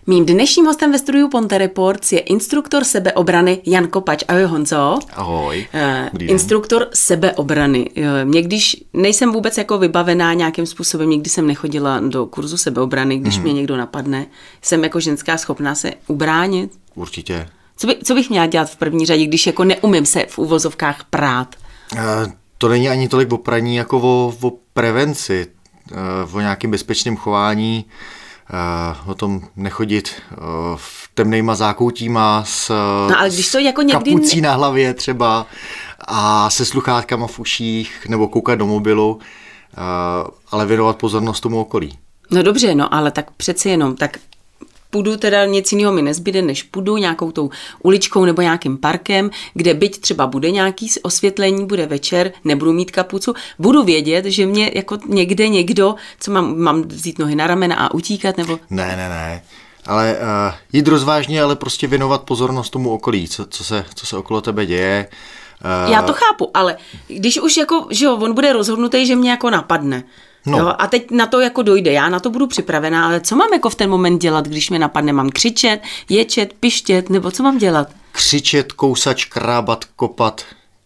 Mým dnešním hostem ve studiu Ponte Reports je instruktor sebeobrany Jan Kopač. Ahoj Honzo. Ahoj. Instruktor sebeobrany. Mě, když nejsem vůbec jako vybavená nějakým způsobem, nikdy jsem nechodila do kurzu sebeobrany, když mě někdo napadne, jsem jako ženská schopná se ubránit? Určitě. Co bych měla dělat v první řadě, když jako neumím se v uvozovkách prát? To není ani tolik o praní, jako o prevenci, o nějakém bezpečném chování, o tom nechodit v temnejma zákoutíma s ale když to jako někdy kapucí na hlavě třeba a se sluchátkama v uších nebo koukat do mobilu, ale věnovat pozornost tomu okolí. No dobře, no ale tak přece jenom, tak půjdu teda, nic jiného mi nezbyde, než půjdu nějakou tou uličkou nebo nějakým parkem, kde byť třeba bude nějaký osvětlení, bude večer, nebudu mít kapucu, budu vědět, že mě jako někde někdo, co mám vzít nohy na ramena a utíkat, nebo... Ne, ale jít rozvážně, ale prostě věnovat pozornost tomu okolí, co se okolo tebe děje. Já to chápu, ale když už jako, že jo, on bude rozhodnutý, že mě jako napadne. No. Jo, a teď na to jako dojde, já na to budu připravená, ale co mám jako v ten moment dělat, když mě napadne? Mám křičet, ječet, pištět, nebo co mám dělat? Křičet, kousat, škrábat, kopat,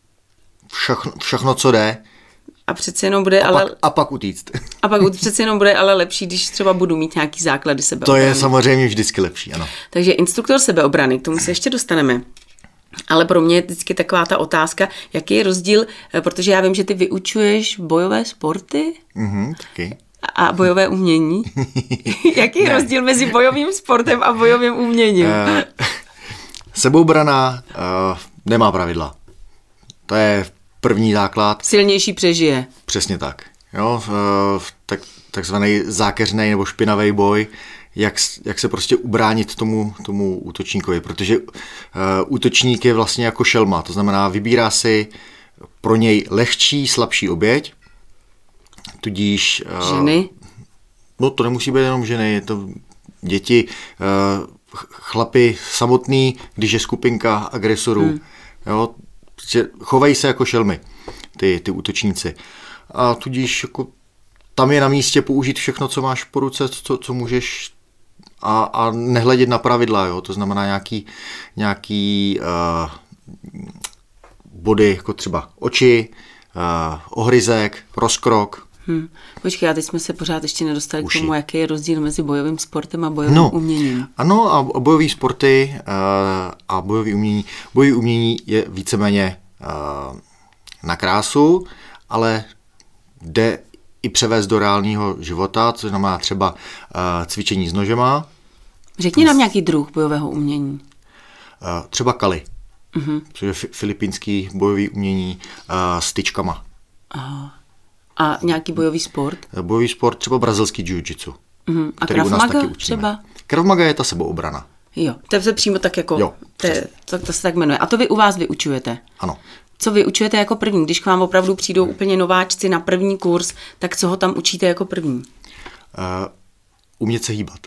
všechno, co jde. A přece jenom bude a pak utíct. A pak přece jenom bude ale lepší, když třeba budu mít nějaký základy sebeobrany. To je samozřejmě vždycky lepší, ano. Takže instruktor sebeobrany, k tomu se ještě dostaneme. Ale pro mě je vždycky taková ta otázka, jaký je rozdíl, protože já vím, že ty vyučuješ bojové sporty taky. A bojové umění. Jaký je rozdíl mezi bojovým sportem a bojovým uměním? Sebeobrana nemá pravidla. To je první základ. Silnější přežije. Přesně tak. Jo, takzvaný zákeřnej nebo špinavý boj, jak se prostě ubránit tomu útočníkovi, protože útočník je vlastně jako šelma, to znamená vybírá si pro něj lehčí, slabší oběť, tudíž... Ženy? No to nemusí být jenom ženy, je to děti, chlapi samotný, když je skupinka agresorů, jo, chovají se jako šelmy, ty útočníci. A tudíž jako tam je na místě použít všechno, co máš po ruce, co můžeš a nehledět na pravidla, jo? To znamená nějaký body, jako třeba oči, ohryzek, rozkrok. Počkej, a teď jsme se pořád ještě nedostali k tomu, jaký je rozdíl mezi bojovým sportem a bojovým uměním. Ano, a bojové sporty a bojové umění. Bojové umění je víceméně na krásu, ale jde i převést do reálného života, což znamená třeba cvičení s nožema. Řekni nám nějaký druh bojového umění. Třeba kali, což je filipínský bojový umění s tyčkama. Aha. A nějaký bojový sport? Bojový sport, třeba brazilský jiu-jitsu. A Krav Maga třeba? Krav Maga je ta sebeobrana. Jo, to je přímo tak jako, jo, to se tak jmenuje. A to vy u vás vyučujete? Ano. Co vy učujete jako první? Když k vám opravdu přijdou úplně nováčci na první kurz, tak co ho tam učíte jako první? Umět se hýbat.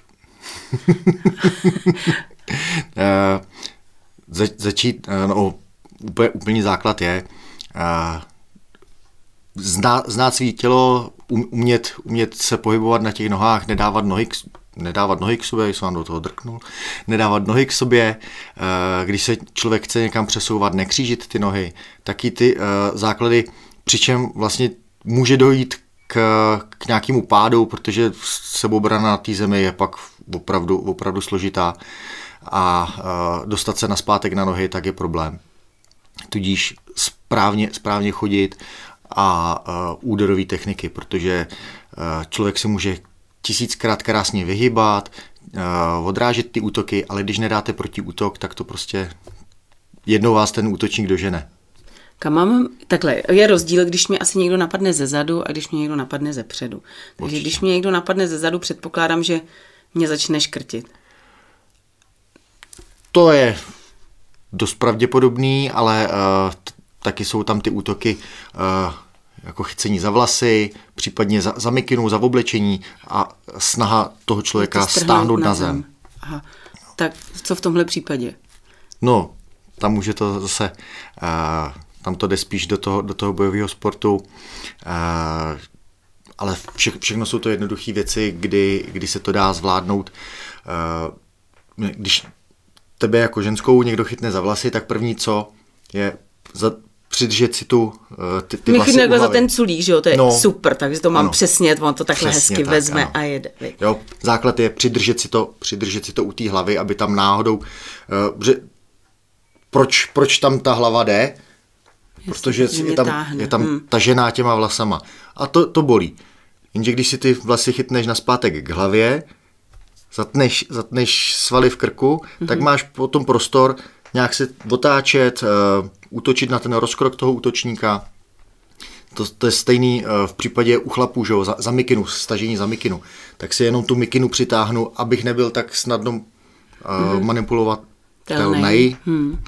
Začít, úplný základ je znát svý tělo, umět se pohybovat na těch nohách, nedávat nohy k sobě, když jsem vám do toho drknul, nedávat nohy k sobě, když se člověk chce někam přesouvat, nekřížit ty nohy, taky ty základy, přičem vlastně může dojít k nějakému pádu, protože sebeobrana na té zemi je pak opravdu složitá a dostat se nazpátek na nohy, tak je problém. Tudíž správně chodit a úderové techniky, protože člověk se může 1000krát krásně vyhybat, odrážet ty útoky, ale když nedáte protiútok, tak to prostě jednou vás ten útočník dožene. Takhle, je rozdíl, když mě asi někdo napadne ze zadu a když mě někdo napadne ze předu. Takže když mě někdo napadne ze zadu, předpokládám, že mě začne škrtit. To je dost pravděpodobný, ale taky jsou tam ty útoky jako chycení za vlasy, případně za mikinu, za oblečení a snaha toho člověka stáhnout na zem. Aha. Tak co v tomhle případě? No, tam už je to zase, tam to jde spíš do toho bojového sportu, ale všechno jsou to jednoduché věci, kdy se to dá zvládnout když tebe jako ženskou někdo chytne za vlasy, tak první co je přidržet si ty vlasy u hlavy. Za ten culík, že jo, to je super, takže to mám přesně, on to takhle přesně hezky tak, vezme ano. A jede. Jo, základ je přidržet si to u té hlavy, aby tam náhodou, proč tam ta hlava jde? Protože je tam tažená těma vlasama. A to bolí. Jenže když si ty vlasy chytneš nazpátek k hlavě, zatneš svaly v krku, tak máš potom prostor nějak se otáčet, útočit na ten rozkrok toho útočníka. To je stejný v případě u chlapů, že jo, za mikinu, stažení za mikinu. Tak si jenom tu mikinu přitáhnu, abych nebyl tak snadno manipulovatelný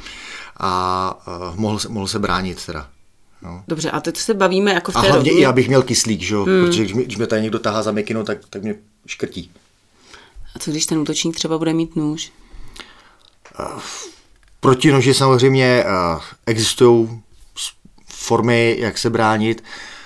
a mohl se bránit teda. No. Dobře, a teď se bavíme jako v té a hlavně i abych měl kyslík, že jo, protože když mě tady někdo tahá za mikinu, tak mě škrtí. A co když ten útočník třeba bude mít nůž? Proti noži samozřejmě existují formy, jak se bránit.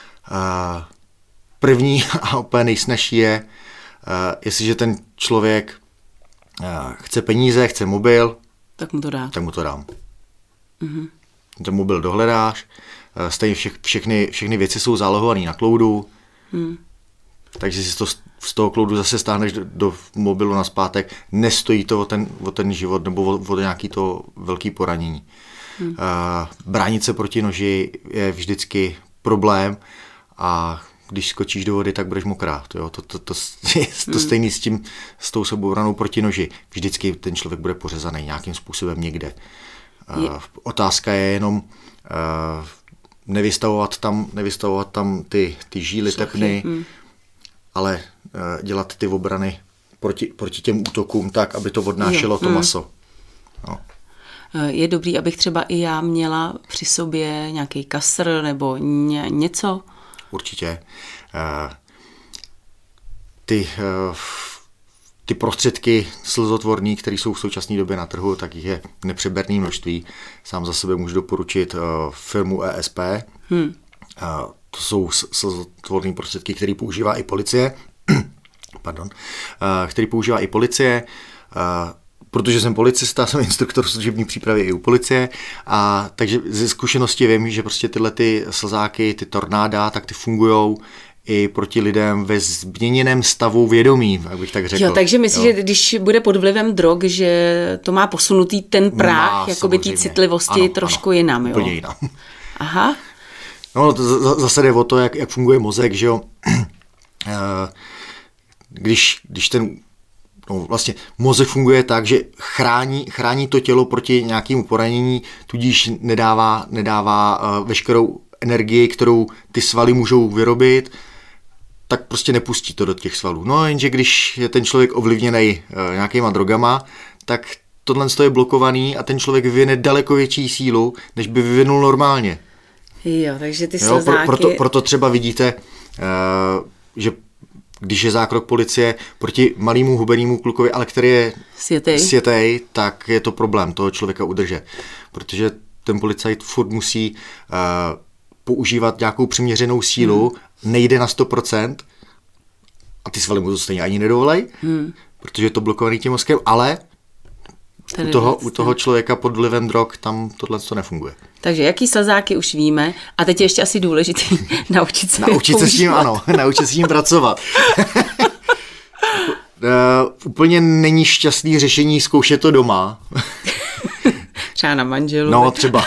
První a úplně nejsnažší je, jestliže ten člověk chce peníze, chce mobil, tak mu to dám. Ten mobil dohledáš, stejně všechny věci jsou zálohované na cloudu, takže si to z toho cloudu zase stáhneš do mobilu nazpátek, nestojí to o ten život nebo o nějaký to velký poranění. Bránit se proti noži je vždycky problém a když skočíš do vody, tak budeš mokrá. To je to stejný s tou seboubranou proti noži. Vždycky ten člověk bude pořezaný nějakým způsobem někde. Otázka je jenom nevystavovat tam ty žíly tepny, ale dělat ty obrany proti těm útokům tak, aby to odnášelo to maso. No. Je dobrý, abych třeba i já měla při sobě nějaký kasr nebo něco? Určitě. Ty prostředky slzotvorný, které jsou v současné době na trhu, tak jich je nepřeberné množství. Sám za sebe můžu doporučit firmu ESP. To jsou slzotvorné prostředky, které používá i policie. Protože jsem policista, jsem instruktor služební přípravy i u policie, a takže ze zkušenosti vím, že prostě tyhle ty slzáky, ty tornáda, tak ty fungujou i proti lidem ve změněném stavu vědomí, jak bych tak řekl. Jo, takže myslíš, že když bude pod vlivem drog, že to má posunutý ten práh, jakoby té citlivosti trošku jinam, jo? Úplně jinam. Aha. No, to zase jde o to, jak funguje mozek, že jo. Když ten vlastně mozek funguje tak, že chrání to tělo proti nějakému poranění, tudíž nedává veškerou energii, kterou ty svaly můžou vyrobit, tak prostě nepustí to do těch svalů. No jenže když je ten člověk ovlivněný nějakýma drogama, tak tohle je blokovaný a ten člověk vyvine daleko větší sílu, než by vyvinul normálně. Jo, takže ty slzáky... Proto třeba vidíte, že když je zákrok policie proti malému hubenému klukovi, ale který je sjetej, tak je to problém toho člověka udržet. Protože ten policajt furt musí používat nějakou přiměřenou sílu, nejde na 100% a ty svaly mu to stejně ani nedovolej, protože je to blokovaný tím mozkem, ale u toho člověka pod vlivem drog tam tohle to nefunguje. Takže jaký slzáky už víme a teď je ještě asi důležitý naučit se s tím, ano, naučit s tím pracovat. Úplně není šťastný řešení zkoušet to doma. Třeba na manželu. No, třeba.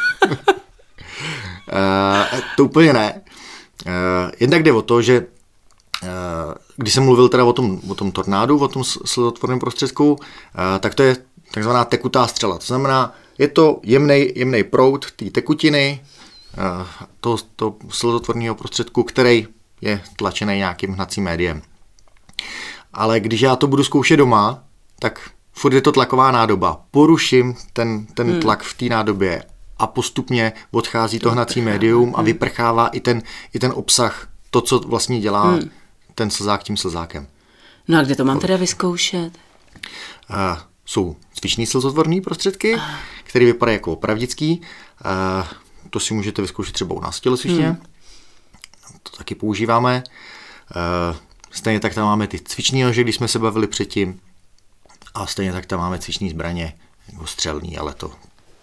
To úplně ne. Jednak jde o to, že když jsem mluvil teda o tom tornádu, o tom slzotvorném prostředku, tak to je takzvaná tekutá střela. To znamená, je to jemnej proud té tekutiny, toho slzotvorného prostředku, který je tlačený nějakým hnacím médiem. Ale když já to budu zkoušet doma, tak furt je to tlaková nádoba. Poruším ten tlak v té nádobě a postupně odchází to hnací médium a vyprchává i ten obsah, to, co vlastně dělá ten slzák tím slzákem. No a kde to mám teda vyzkoušet? Jsou cvičný slzotvorný prostředky, které vypadají jako opravdický. To si můžete vyzkoušet třeba u nás v tělocvičně. To taky používáme. Stejně tak tam máme ty cvičný nože, když jsme se bavili předtím. A stejně tak tam máme cvičný zbraně, jako střelný, ale to...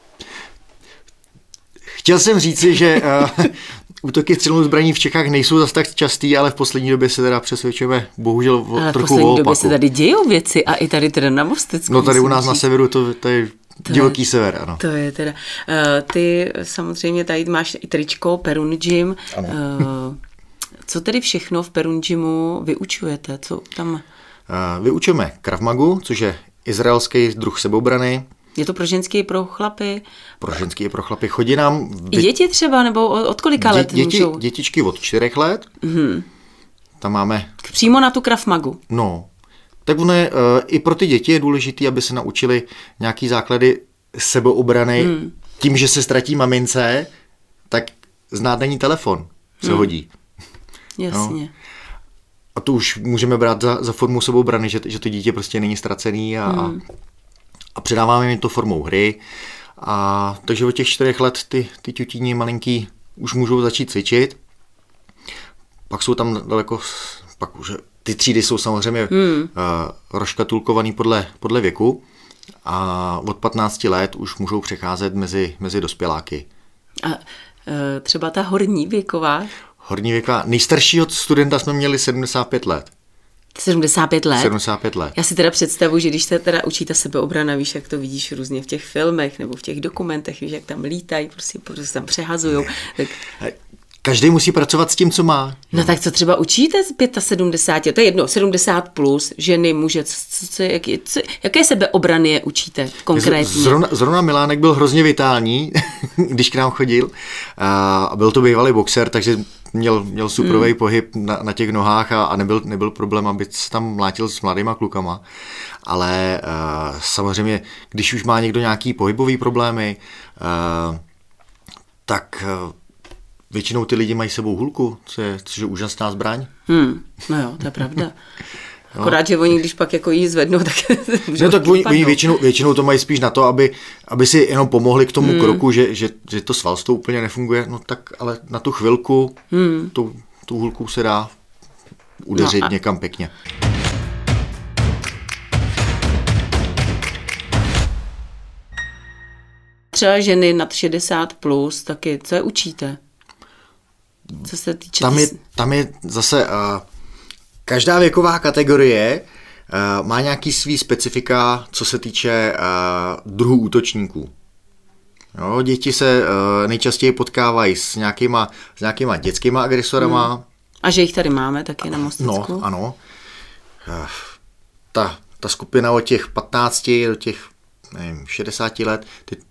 Chtěl jsem říci, že útoky střelnou zbraní v Čechách nejsou zas tak častý, ale v poslední době se teda přesvědčujeme bohužel trochu o opaku. V poslední době se tady dějou věci a i tady teda na Mostecku. No tady u nás na severu to je divoký sever, ano. To je teda. Ty samozřejmě tady máš i tričko, Perun Gym. Co tedy všechno v Perun Gymu vyučujete? Co tam... Vyučujeme Krav Magu, což je izraelský druh sebeobrany. Je to pro ženský i pro chlapy? Pro ženský i pro chlapy. Chodí nám... I děti třeba, nebo od kolika let můžou? Dětičky od 4 let. Mm-hmm. Tam máme... Přímo na tu Krav Magu. No. Tak ono je, i pro ty děti je důležité, aby se naučili nějaký základy sebeobrany. Tím, že se ztratí mamince, tak znát není telefon, se hodí. Jasně. No. A to už můžeme brát za formu sebeobrany, že to dítě prostě není ztracený a předáváme jim to formou hry. A takže od těch 4 let ty ťutíni malinký už můžou začít cvičit. Pak jsou tam daleko, pak už ty třídy jsou samozřejmě rozškatulkovaný podle věku a od 15 let už můžou přecházet mezi dospěláky. A třeba ta horní věková? Horní věková, nejstaršího studenta jsme měli 75 let. 75 let? 75 let. Já si teda představuji, že když se teda učí ta sebeobrana, víš, jak to vidíš různě v těch filmech nebo v těch dokumentech, víš, jak tam lítají, prostě tam přehazujou. Tak... Každý musí pracovat s tím, co má. No tak co třeba učíte z 75, to je jedno, 70 plus, ženy, muže, jaké sebeobrany je učíte konkrétně? Zrovna Milánek byl hrozně vitální, když k nám chodil. A byl to bývalý boxer, takže měl superový pohyb na těch nohách a nebyl problém, aby se tam mlátil s mladýma klukama. Ale samozřejmě, když už má někdo nějaký pohybový problémy, tak... Většinou ty lidi mají sebou hulku, což je úžasná zbraň. No jo, to je pravda. Akorát, že oni, když pak jako jí zvednou, tak... No tak oni většinou to mají spíš na to, aby si jenom pomohli k tomu kroku, že to svalstvo úplně nefunguje, no tak ale na tu chvilku tu hulku se dá udeřit někam pěkně. Třeba ženy nad 60 plus, taky, co je učíte? Co se týče... Tam je zase každá věková kategorie má nějaký svý specifika, co se týče druhů útočníků. Jo, děti se nejčastěji potkávají s nějakýma dětskýma agresorama. A že jich tady máme taky na Mostecku? No, ano. Ta skupina od těch 15 do těch 60 let,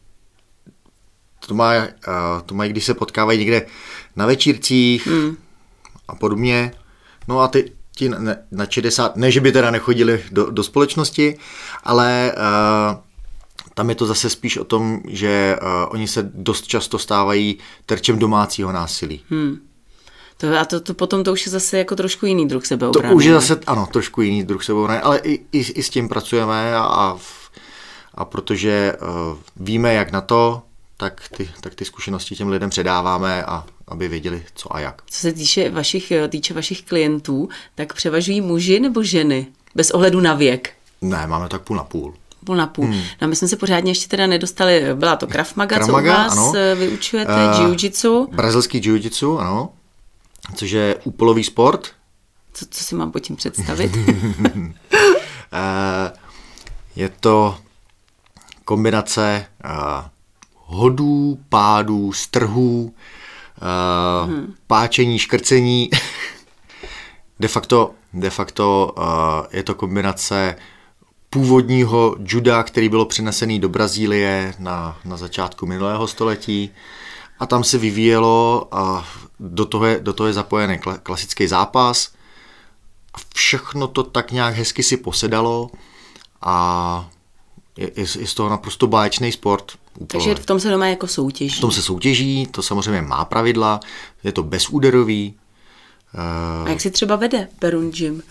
to mají, když se potkávají někde na večírcích a podobně. No a ti na 60, ne, že by teda nechodili do společnosti, ale tam je to zase spíš o tom, že oni se dost často stávají terčem domácího násilí. To potom to už je zase jako trošku jiný druh sebeobrany. To už je zase, ano, trošku jiný druh sebeobrany, ale i s tím pracujeme a protože víme, jak na to, tak ty zkušenosti těm lidem předáváme, a aby věděli, co a jak. Co se týče vašich klientů, tak převažují muži nebo ženy? Bez ohledu na věk? Ne, máme tak půl na půl. Půl na půl. No my jsme se pořádně ještě teda nedostali, byla to Krav Maga, co u vás ano. Vyučujete, jiu-jitsu? Brazilský jiu-jitsu, ano, což je úpolový sport. Co si mám pod tím představit? Je to kombinace hodů, pádů, strhů, páčení, škrcení. De facto je to kombinace původního juda, který bylo přenesený do Brazílie na začátku minulého století, a tam se vyvíjelo a do toho je zapojený klasický zápas. Všechno to tak nějak hezky si posedalo a je z toho naprosto báječný sport. Takže v tom se doma jako soutěží. V tom se soutěží, to samozřejmě má pravidla, je to bezúderový. A jak si třeba vede Perun Gym?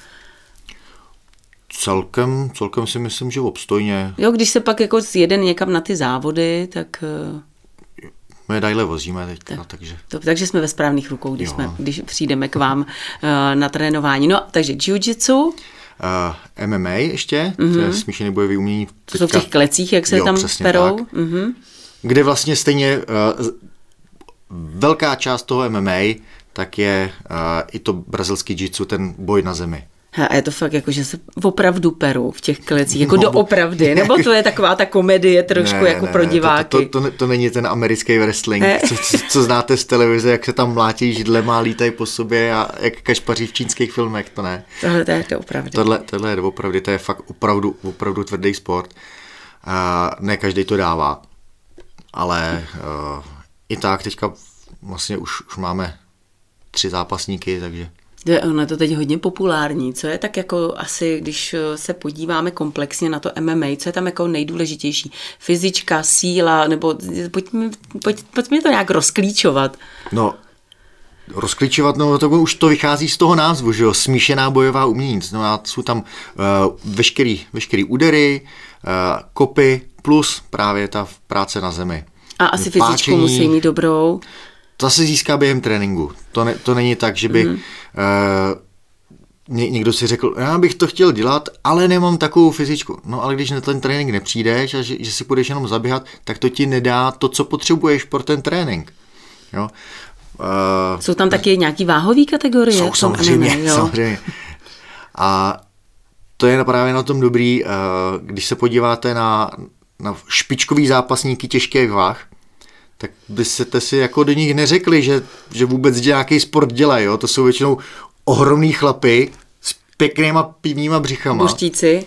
Celkem si myslím, že obstojně. Jo, když se pak jako jeden někam na ty závody, tak... My je dajle vozíme teďka, takže... Takže jsme ve správných rukou, když přijdeme k vám na trénování. No, takže jiu-jitsu? MMA ještě, to je smíšený bojový umění. To jsou v těch klecích, jak se tam perou. Kde vlastně stejně velká část toho MMA, tak je i to brazilský jiu-jitsu, ten boj na zemi. A je to fakt jako, že se opravdu perou v těch klecích, jako doopravdy, nebo to je taková ta komedie trošku jako pro diváky? To není ten americký wrestling, co znáte z televize, jak se tam mlátí židlema, lítají po sobě a jak kašpaří v čínských filmech, to ne. Tohle to je doopravdy. Tohle je doopravdy, to je fakt opravdu tvrdý sport. Ne každý to dává, ale i tak teďka vlastně už máme 3 zápasníky, takže... Ono je to teď hodně populární. Co je tak jako asi, když se podíváme komplexně na to MMA, co je tam jako nejdůležitější? Fyzička, síla, nebo pojďme to nějak rozklíčovat. No, rozklíčovat, no to už to vychází z toho názvu, že jo, smíšená bojová umění. No, jsou tam veškerý údery, kopy, plus právě ta práce na zemi. A asi fyzičku musí mít dobrou. To se získá během tréninku. To není tak, že by někdo si řekl, já bych to chtěl dělat, ale nemám takovou fyzičku. No ale když na ten trénink nepřijdeš a že si půjdeš jenom zaběhat, tak to ti nedá to, co potřebuješ pro ten trénink. Jo? Jsou tam taky nějaký váhový kategorie? Jsou samozřejmě. A to je právě na tom dobrý, když se podíváte na špičkový zápasníky těžkých váh, tak byste si jako do nich neřekli, že vůbec nějaký sport dělají. Jo? To jsou většinou ohromný chlapy s pěknýma pivníma břichama. Buštíci.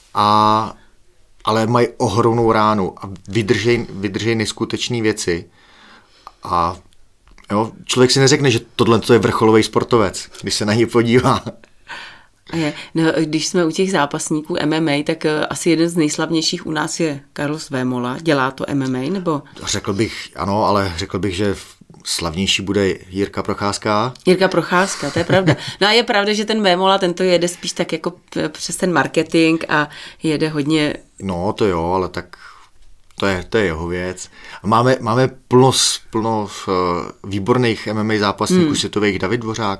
Ale mají ohromnou ránu a vydržej neskutečné věci. A jo, člověk si neřekne, že tohle je vrcholový sportovec, když se na něj podívá. No, když jsme u těch zápasníků MMA, tak asi jeden z nejslavnějších u nás je Carlos Vémola. Dělá to MMA, nebo? Řekl bych, ano, ale řekl bych, že slavnější bude Jirka Procházka. Jirka Procházka, to je pravda. No a je pravda, že ten Vémola, ten to jede spíš tak jako přes ten marketing a jede hodně... No, to jo, ale tak to je jeho věc. Máme plno výborných MMA zápasníků světových, David Dvořák,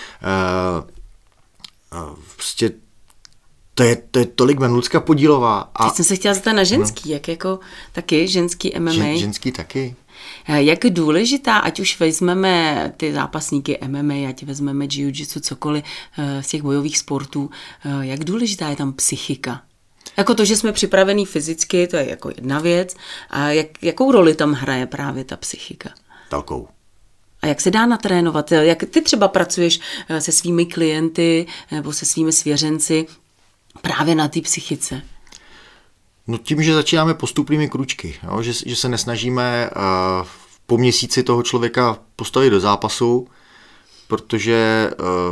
prostě to je tolik men, Lucka Podílová. Teď jsem se chtěla zeptat na ženský, jak jako taky ženský MMA. Ženský taky. Jak důležitá, ať už vezmeme ty zápasníky MMA, ať vezmeme jiu-jitsu, cokoliv z těch bojových sportů, jak důležitá je tam psychika? Jako to, že jsme připravení fyzicky, to je jako jedna věc. A jakou roli tam hraje právě ta psychika? Velkou. A jak se dá natrénovat? Jak ty třeba pracuješ se svými klienty nebo se svými svěřenci právě na té psychice? No tím, že začínáme postupnými kručky, jo? Že se nesnažíme po měsíci toho člověka postavit do zápasu, protože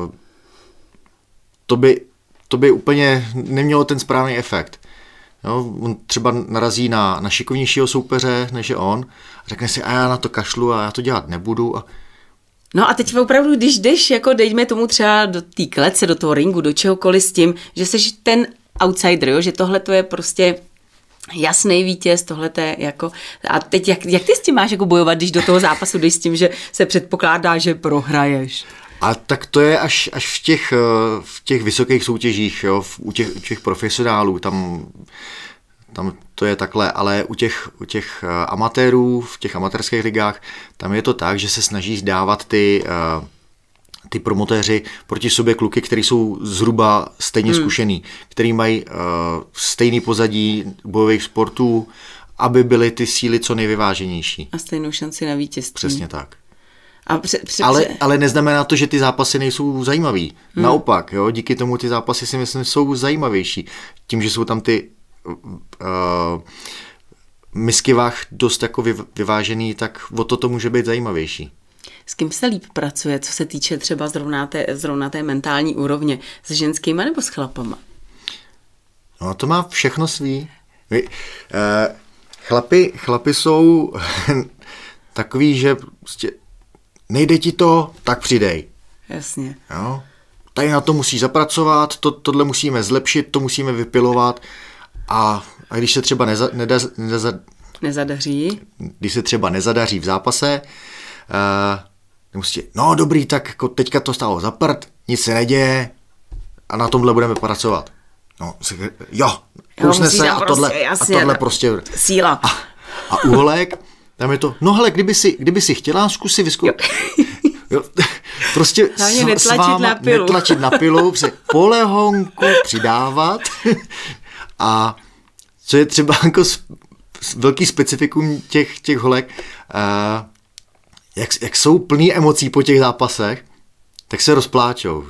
to by úplně nemělo ten správný efekt. Jo? On třeba narazí na šikovnějšího soupeře, než je on, a řekne si, a já na to kašlu a já to dělat nebudu. No a teď opravdu, když jdeš, jako dejme tomu třeba do té klece, do toho ringu, do čehokoliv s tím, že jsi ten outsider, jo? Že tohle to je prostě jasný vítěz, tohle to je jako... A teď jak ty s tím máš jako bojovat, když do toho zápasu jdeš s tím, že se předpokládá, že prohraješ? A tak to je až v těch vysokých soutěžích, jo? U těch profesionálů, tam to je takhle, ale u těch amatérů, v těch amatérských ligách, tam je to tak, že se snaží dávat ty promotéři proti sobě kluky, kteří jsou zhruba stejně zkušený, který mají stejný pozadí bojových sportů, aby byly ty síly co nejvyváženější. A stejnou šanci na vítězství. Přesně tak. A ale neznamená to, že ty zápasy nejsou zajímavý. Naopak, jo, díky tomu ty zápasy si myslím jsou zajímavější. Tím, že jsou tam ty misky váh dost jako vyvážený, tak o to může být zajímavější. S kým se líp pracuje, co se týče třeba zrovna té mentální úrovně? S ženskýma nebo s chlapama? No to má všechno svý. Chlapi jsou takový, že prostě nejde ti to, tak přidej. Jasně. Jo? Tady na to musí zapracovat, tohle musíme zlepšit, to musíme vypilovat a když se třeba nezadaří, když se třeba nezadaří v zápase, no dobrý, tak jako teďka to stálo za prd, nic se neděje a na tomhle budeme pracovat. No, kousne se a tohle prostě. Síla. A uholek, tam je to, no hele, kdyby si chtěla, zkus si vyzkoušet. Prostě netlačit na pilu, polehonku přidávat. A co je třeba jako velký specifikum těch holek, jak jsou plný emocí po těch zápasech, tak se rozpláčou.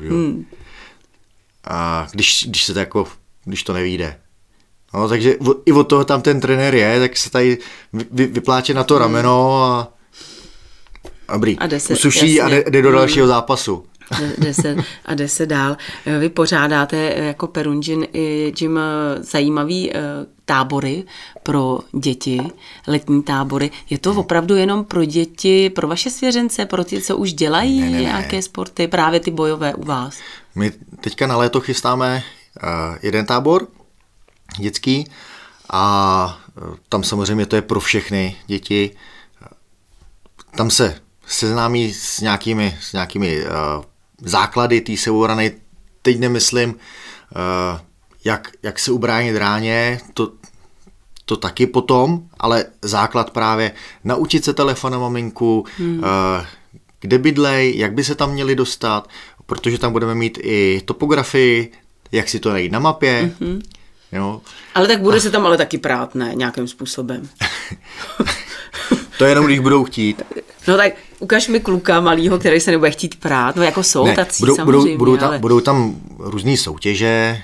A když to nevyjde. No, takže i od toho tam ten trenér je, tak se tady vypláče na to rameno a usuší a jde do dalšího zápasu. Jde se dál. Vy pořádáte jako Perun Gym zajímavý tábory pro děti, letní tábory. Je to opravdu jenom pro děti, pro vaše svěřence, pro ty, co už dělají nějaké sporty, právě ty bojové u vás? My teďka na léto chystáme jeden tábor dětský a tam samozřejmě to je pro všechny děti. Tam se seznámí s nějakými základy té sebeobrany. Teď nemyslím, jak se ubránit ráně, to taky potom, ale základ právě naučit se telefon maminku, kde bydlej, jak by se tam měli dostat, protože tam budeme mít i topografii, jak si to najít na mapě. Jo. Ale tak bude se tam ale taky prát, ne? Nějakým způsobem. To jenom, když budou chtít. No tak ukaž mi kluka malýho, který se nebude chtít prát. No jako jsou tací samozřejmě. Budou tam různý soutěže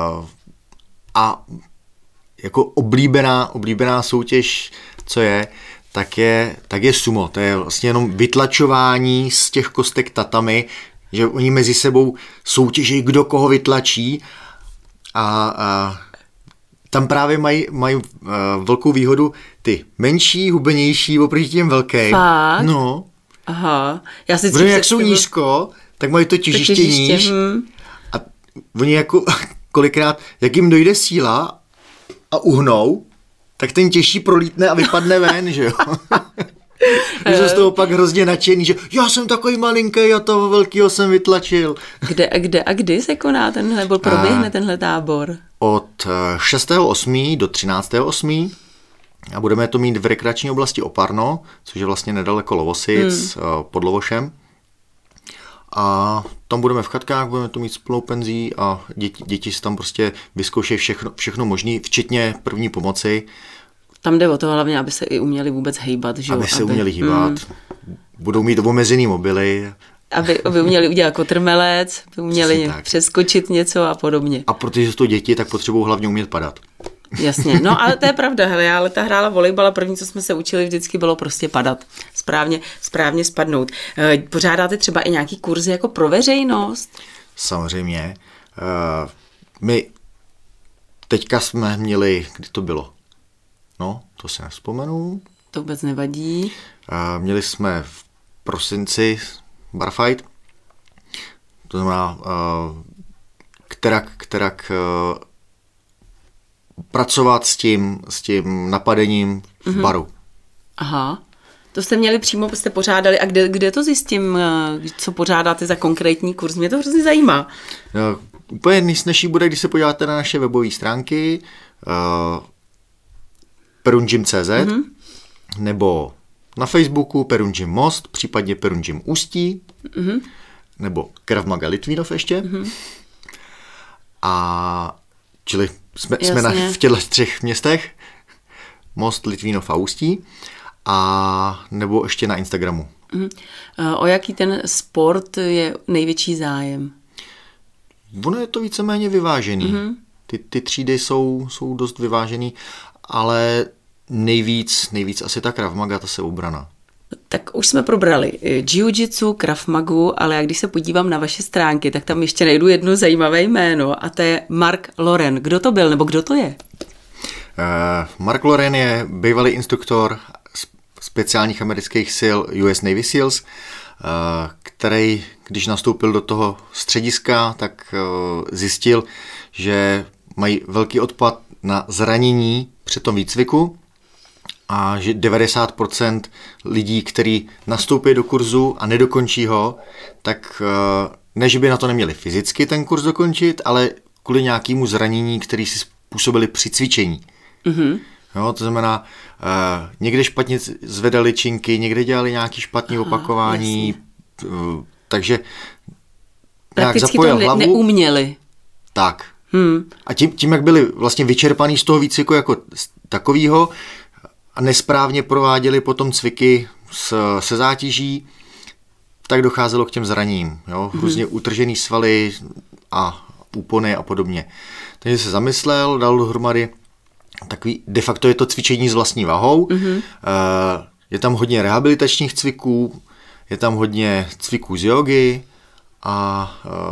a jako oblíbená soutěž, co je, tak je sumo. To je vlastně jenom vytlačování z těch kostek tatami, že oni mezi sebou soutěží, kdo koho vytlačí a tam právě mají velkou výhodu ty menší, hubenější oproti těm velkým. Fakt? No. Aha. Protože jak jsou nízko, tak mají to těžiště níž. A oni jako kolikrát, jak jim dojde síla a uhnou, tak ten těžší prolítne a vypadne ven, že jo. Když jsem z toho pak hrozně nadšený, že já jsem takový malinký a toho velkýho jsem vytlačil. Kdy se koná nebo proběhne tenhle tábor? Od 6.8. do 13.8. a budeme to mít v rekreační oblasti Oparno, což je vlastně nedaleko Lovosic, pod Lovošem. A tam budeme v chatkách, budeme to mít s plnou penzí a děti si tam prostě vyzkoušejí všechno možné, včetně první pomoci. Tam jde o to hlavně, aby se i uměli vůbec hejbat. Že? Aby se uměli hýbat. Budou mít omezený mobily. Aby uměli udělat kotrmelec, aby uměli přeskočit něco a podobně. A protože jsou to děti, tak potřebují hlavně umět padat. Jasně, no ale to je pravda, hele, já leta hrála volejbal a první, co jsme se učili vždycky, bylo prostě padat. Správně spadnout. Pořádáte třeba i nějaký kurzy jako pro veřejnost? Samozřejmě. My teďka jsme měli, kdy to bylo? No, to si nevzpomenu. To vůbec nevadí. Měli jsme v prosinci barfight, to znamená kterak pracovat s tím napadením v baru. Aha, to jste měli přímo, jste pořádali. A kde to zjistím, co pořádáte za konkrétní kurz? Mě to hrozně zajímá. Úplně nejsnažší bude, když se podíváte na naše webové stránky perungym.cz nebo na Facebooku Perun Gym Most, případně Perun Gym Ústí, nebo Krav Maga Litvínov ještě. A čili jsme v těchto 3 městech, Most, Litvínov a Ústí, a nebo ještě na Instagramu. O jaký ten sport je největší zájem? Ono je to víceméně vyvážený. Ty třídy jsou dost vyvážený, ale nejvíc asi ta Krav Maga, ta sebeobrana. Tak už jsme probrali jiu-jitsu, Krav Magu, ale když se podívám na vaše stránky, tak tam ještě najdu jedno zajímavé jméno a to je Mark Loren. Kdo to byl, nebo kdo to je? Mark Loren je bývalý instruktor speciálních amerických sil US Navy SEALs, který, když nastoupil do toho střediska, tak zjistil, že mají velký odpad na zranění při tom výcviku a že 90% lidí, kteří nastoupí do kurzu a nedokončí ho, tak ne, že by na to neměli fyzicky ten kurz dokončit, ale kvůli nějakému zranění, který si způsobili při cvičení. Mm-hmm. Jo, to znamená, někde špatně zvedali činky, někde dělali nějaké špatné opakování, takže prakticky zapojil hlavu. Neuměli. Tak. A tím, jak byli vlastně vyčerpaný z toho výcviku jako takovýho a nesprávně prováděli potom cviky se zátěží, tak docházelo k těm zraním. Jo? Různě utržený svaly a úpony a podobně. Takže se zamyslel, dal dohromady takový, de facto je to cvičení s vlastní vahou. Je tam hodně rehabilitačních cviků, je tam hodně cviků z jógy a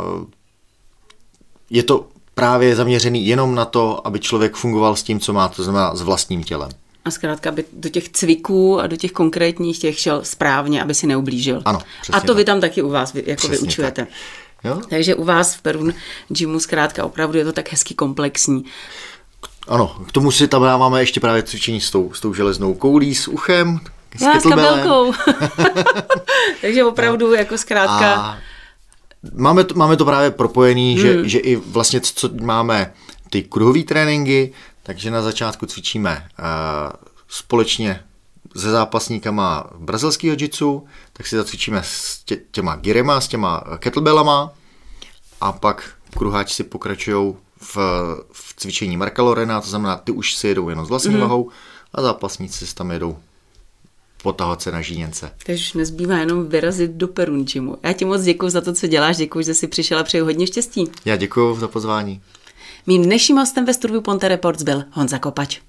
je to právě zaměřený jenom na to, aby člověk fungoval s tím, co má, to znamená s vlastním tělem. A zkrátka, aby do těch cviků a do těch konkrétních těch šel správně, aby si neublížil. Ano, a to tak. Vy tam taky u vás jako vyučujete. Tak. Jo? Takže u vás v Perun Gymu zkrátka opravdu je to tak hezky komplexní. Ano, k tomu si tam dáváme ještě právě cvičení s tou železnou koulí, s uchem, s kabelkou. Takže opravdu jako zkrátka... A máme to právě propojený, že i vlastně co máme ty kruhové tréninky, takže na začátku cvičíme společně se zápasníkama brazilského jitsu, tak si zacvičíme s těma girema, s těma kettlebellama a pak kruháči si pokračují v cvičení Marka Lorena, to znamená, ty už si jedou jenom s vlastní vahou a zápasníci si tam jedou potahovat se na žíněnce. Takže už nezbývá jenom vyrazit do Perun Gymu. Já ti moc děkuji za to, co děláš, děkuji, že jsi přišel a přeju hodně štěstí. Já děkuji za pozvání. Mým dnešním hostem ve studiu Ponte Reports byl Honza Kopač.